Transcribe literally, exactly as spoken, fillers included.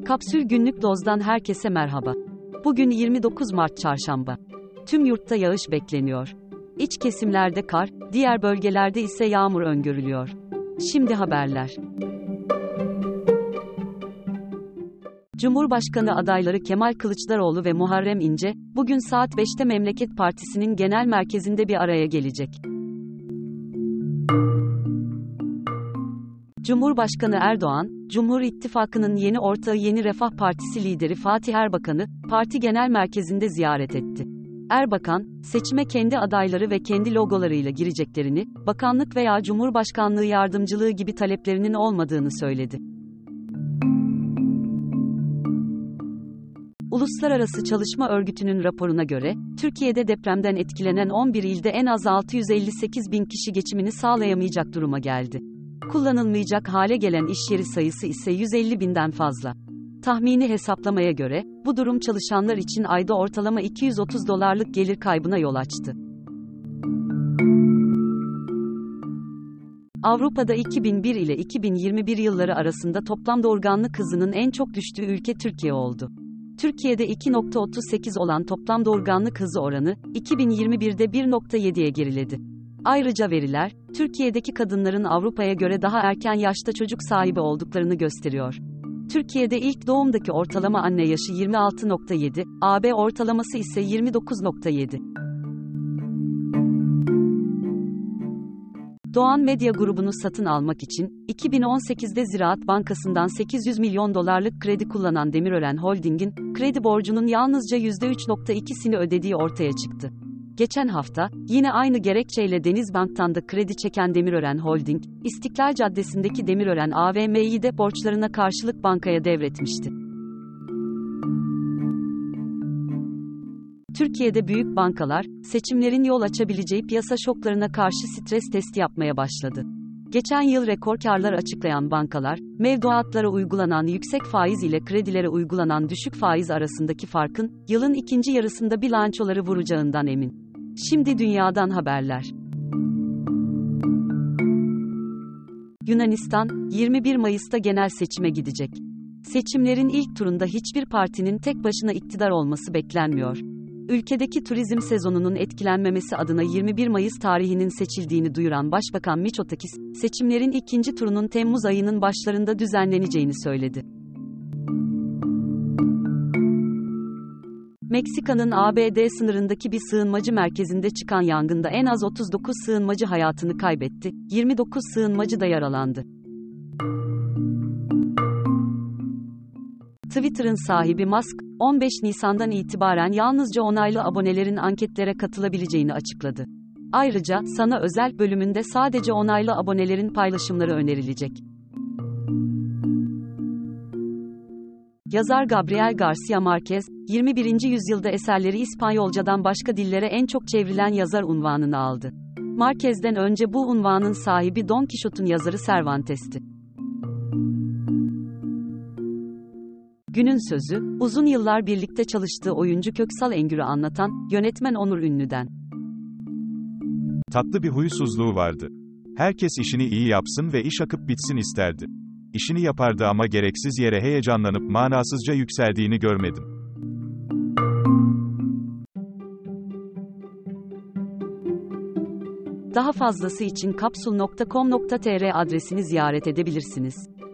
Kapsül Günlük Doz'dan herkese merhaba. Bugün yirmi dokuz Mart Çarşamba. Tüm yurtta yağış bekleniyor. İç kesimlerde kar, diğer bölgelerde ise yağmur öngörülüyor. Şimdi haberler. Cumhurbaşkanı adayları Kemal Kılıçdaroğlu ve Muharrem İnce, bugün saat beşte Memleket Partisi'nin genel merkezinde bir araya gelecek. Cumhurbaşkanı Erdoğan, Cumhur İttifakı'nın yeni ortağı Yeni Refah Partisi lideri Fatih Erbakan'ı, parti genel merkezinde ziyaret etti. Erbakan, seçime kendi adayları ve kendi logolarıyla gireceklerini, bakanlık veya Cumhurbaşkanlığı yardımcılığı gibi taleplerinin olmadığını söyledi. Uluslararası Çalışma Örgütü'nün raporuna göre, Türkiye'de depremden etkilenen on bir ilde en az altı yüz elli sekiz bin kişi geçimini sağlayamayacak duruma geldi. Kullanılmayacak hale gelen iş yeri sayısı ise yüz elli binden fazla. Tahmini hesaplamaya göre, bu durum çalışanlar için ayda ortalama iki yüz otuz dolarlık gelir kaybına yol açtı. Avrupa'da iki bin bir ile iki bin yirmi bir yılları arasında toplam doğurganlık hızının en çok düştüğü ülke Türkiye oldu. Türkiye'de iki nokta otuz sekiz olan toplam doğurganlık hızı oranı, iki bin yirmi birde bir nokta yediye geriledi. Ayrıca veriler, Türkiye'deki kadınların Avrupa'ya göre daha erken yaşta çocuk sahibi olduklarını gösteriyor. Türkiye'de ilk doğumdaki ortalama anne yaşı yirmi altı nokta yedi, A B ortalaması ise yirmi dokuz nokta yedi. Doğan Medya grubunu satın almak için, iki bin on sekizde Ziraat Bankası'ndan sekiz yüz milyon dolarlık kredi kullanan Demirören Holding'in, kredi borcunun yalnızca yüzde üç nokta ikisini ödediği ortaya çıktı. Geçen hafta, yine aynı gerekçeyle Denizbank'tan da kredi çeken Demirören Holding, İstiklal Caddesi'ndeki Demirören A V M'yi de borçlarına karşılık bankaya devretmişti. Türkiye'de büyük bankalar, seçimlerin yol açabileceği piyasa şoklarına karşı stres testi yapmaya başladı. Geçen yıl rekor karlar açıklayan bankalar, mevduatlara uygulanan yüksek faiz ile kredilere uygulanan düşük faiz arasındaki farkın, yılın ikinci yarısında bilançoları vuracağından emin. Şimdi dünyadan haberler. Yunanistan, yirmi bir Mayıs'ta genel seçime gidecek. Seçimlerin ilk turunda hiçbir partinin tek başına iktidar olması beklenmiyor. Ülkedeki turizm sezonunun etkilenmemesi adına yirmi bir Mayıs tarihinin seçildiğini duyuran Başbakan Mitsotakis, seçimlerin ikinci turunun Temmuz ayının başlarında düzenleneceğini söyledi. Meksika'nın A B D sınırındaki bir sığınmacı merkezinde çıkan yangında en az otuz dokuz sığınmacı hayatını kaybetti, yirmi dokuz sığınmacı da yaralandı. Twitter'ın sahibi Musk, on beş Nisan'dan itibaren yalnızca onaylı abonelerin anketlere katılabileceğini açıkladı. Ayrıca, Sana Özel bölümünde sadece onaylı abonelerin paylaşımları önerilecek. Yazar Gabriel García Márquez, yirmi birinci yüzyılda eserleri İspanyolcadan başka dillere en çok çevrilen yazar unvanını aldı. Márquez'den önce bu unvanın sahibi Don Quixote'un yazarı Cervantes'ti. Günün sözü, uzun yıllar birlikte çalıştığı oyuncu Köksal Engür'ü anlatan, yönetmen Onur Ünlü'den. Tatlı bir huysuzluğu vardı. Herkes işini iyi yapsın ve iş akıp bitsin isterdi. İşini yapardı ama gereksiz yere heyecanlanıp manasızca yükseldiğini görmedim. Daha fazlası için kapsul nokta com nokta tr adresini ziyaret edebilirsiniz.